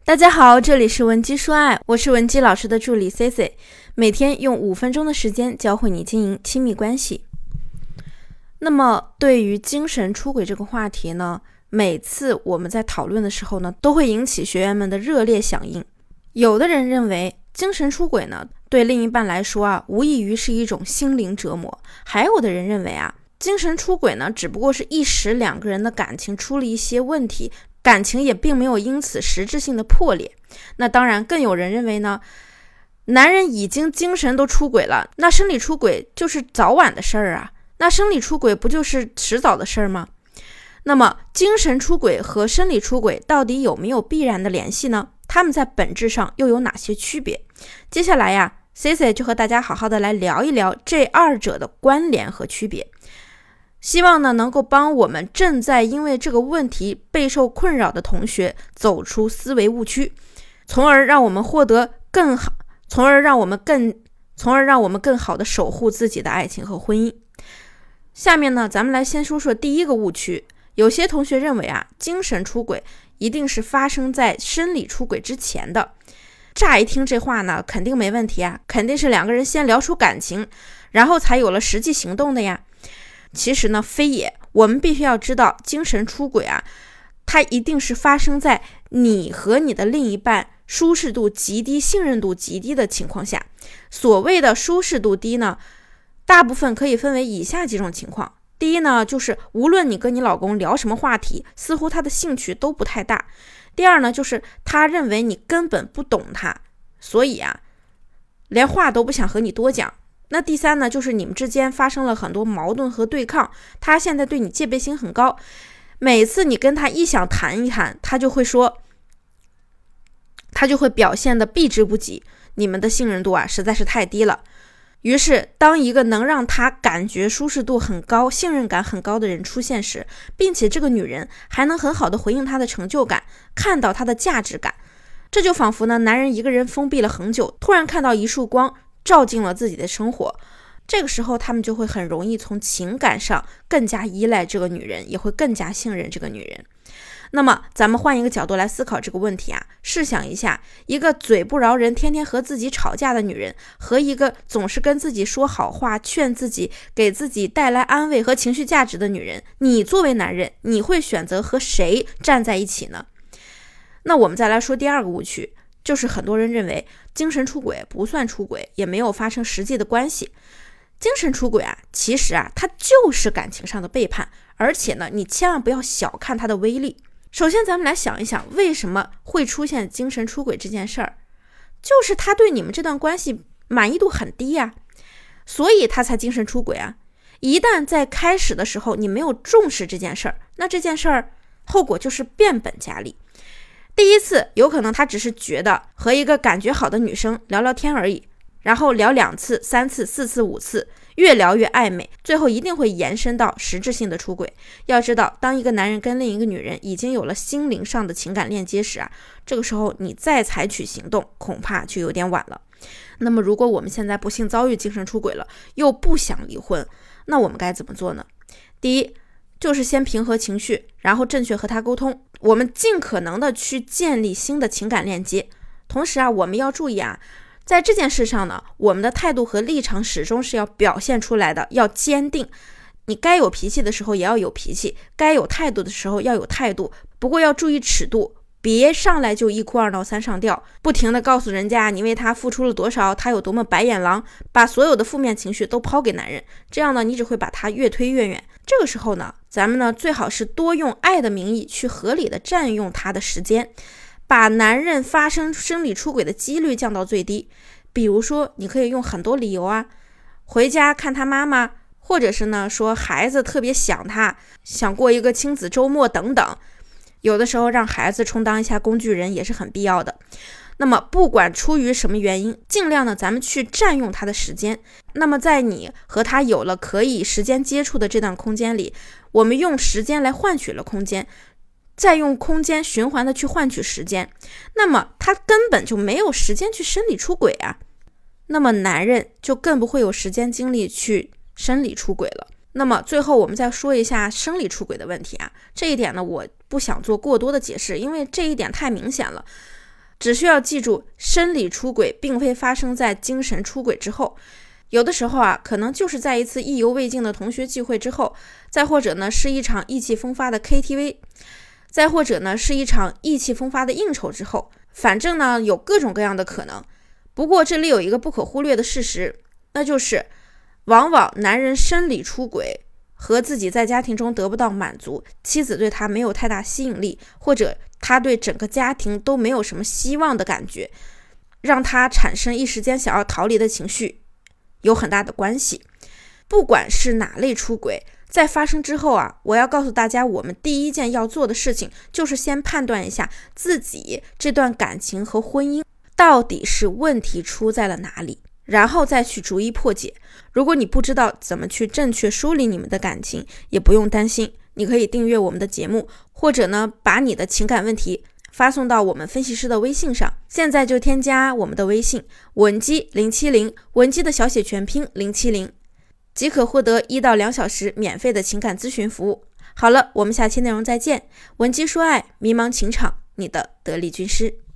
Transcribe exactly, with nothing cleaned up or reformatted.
大家好，这里是文姬说爱，我是文姬老师的助理 C C， 每天用五分钟的时间教会你经营亲密关系。那么对于精神出轨这个话题呢，每次我们在讨论的时候呢，都会引起学员们的热烈响应。有的人认为精神出轨呢，对另一半来说啊，无异于是一种心灵折磨。还有的人认为啊，精神出轨呢，只不过是一时两个人的感情出了一些问题，感情也并没有因此实质性的破裂。那当然更有人认为呢，男人已经精神都出轨了，那生理出轨就是早晚的事儿啊，那生理出轨不就是迟早的事儿吗？那么精神出轨和生理出轨到底有没有必然的联系呢？他们在本质上又有哪些区别？接下来呀 C C 就和大家好好的来聊一聊这二者的关联和区别，希望呢能够帮我们正在因为这个问题备受困扰的同学走出思维误区，从而让我们获得更好，从而让我们更从而让我们更好的守护自己的爱情和婚姻。下面呢，咱们来先说说第一个误区。有些同学认为啊，精神出轨一定是发生在生理出轨之前的。乍一听这话呢，肯定没问题啊，肯定是两个人先聊出感情，然后才有了实际行动的呀。其实呢，非也。我们必须要知道，精神出轨啊，它一定是发生在你和你的另一半舒适度极低、信任度极低的情况下。所谓的舒适度低呢，大部分可以分为以下几种情况。第一呢，就是无论你跟你老公聊什么话题，似乎他的兴趣都不太大。第二呢，就是他认为你根本不懂他，所以啊，连话都不想和你多讲。那第三呢，就是你们之间发生了很多矛盾和对抗，他现在对你戒备心很高，每次你跟他一想谈一谈，他就会说，他就会表现得避之不及，你们的信任度啊实在是太低了。于是当一个能让他感觉舒适度很高、信任感很高的人出现时，并且这个女人还能很好的回应他的成就感，看到他的价值感，这就仿佛呢，男人一个人封闭了很久，突然看到一束光照进了自己的生活，这个时候他们就会很容易从情感上更加依赖这个女人，也会更加信任这个女人。那么咱们换一个角度来思考这个问题啊，试想一下，一个嘴不饶人、天天和自己吵架的女人，和一个总是跟自己说好话、劝自己、给自己带来安慰和情绪价值的女人，你作为男人，你会选择和谁站在一起呢？那我们再来说第二个误区，就是很多人认为精神出轨不算出轨，也没有发生实际的关系。精神出轨啊，其实啊，它就是感情上的背叛，而且呢，你千万不要小看它的威力。首先咱们来想一想，为什么会出现精神出轨这件事儿，就是他对你们这段关系满意度很低呀、啊，所以他才精神出轨啊。一旦在开始的时候你没有重视这件事儿，那这件事儿后果就是变本加厉。第一次有可能他只是觉得和一个感觉好的女生聊聊天而已，然后聊两次、三次、四次、五次，越聊越暧昧，最后一定会延伸到实质性的出轨。要知道，当一个男人跟另一个女人已经有了心灵上的情感链接时啊，这个时候你再采取行动，恐怕就有点晚了。那么如果我们现在不幸遭遇精神出轨了，又不想离婚，那我们该怎么做呢？第一，就是先平和情绪，然后正确和他沟通，我们尽可能的去建立新的情感链接。同时啊，我们要注意啊，在这件事上呢，我们的态度和立场始终是要表现出来的，要坚定。你该有脾气的时候也要有脾气，该有态度的时候要有态度，不过要注意尺度，别上来就一哭二闹三上吊，不停的告诉人家你为他付出了多少，他有多么白眼狼，把所有的负面情绪都抛给男人，这样呢，你只会把他越推越远。这个时候呢，咱们呢最好是多用爱的名义去合理的占用他的时间，把男人发生生理出轨的几率降到最低。比如说你可以用很多理由啊，回家看他妈妈，或者是呢说孩子特别想他，想过一个亲子周末等等，有的时候让孩子充当一下工具人也是很必要的。那么不管出于什么原因，尽量呢咱们去占用他的时间。那么在你和他有了可以时间接触的这段空间里，我们用时间来换取了空间，再用空间循环的去换取时间，那么他根本就没有时间去生理出轨啊，那么男人就更不会有时间精力去生理出轨了。那么最后我们再说一下生理出轨的问题啊，这一点呢我不想做过多的解释，因为这一点太明显了。 只需要记住，生理出轨并非发生在精神出轨之后，有的时候啊，可能就是在一次意犹未尽的同学聚会之后，再或者呢是一场意气风发的 K T V， 再或者呢是一场意气风发的应酬之后，反正呢有各种各样的可能。不过这里有一个不可忽略的事实，那就是往往男人生理出轨和自己在家庭中得不到满足，妻子对他没有太大吸引力，或者他对整个家庭都没有什么希望的感觉，让他产生一时间想要逃离的情绪，有很大的关系。不管是哪类出轨，在发生之后啊，我要告诉大家，我们第一件要做的事情就是先判断一下自己这段感情和婚姻到底是问题出在了哪里，然后再去逐一破解。如果你不知道怎么去正确梳理你们的感情，也不用担心，你可以订阅我们的节目，或者呢把你的情感问题发送到我们分析师的微信上。现在就添加我们的微信文姬零七零，文姬的小写全拼零七零，即可获得一到两小时免费的情感咨询服务。好了，我们下期内容再见。文姬说爱，迷茫情场，你的得力军师。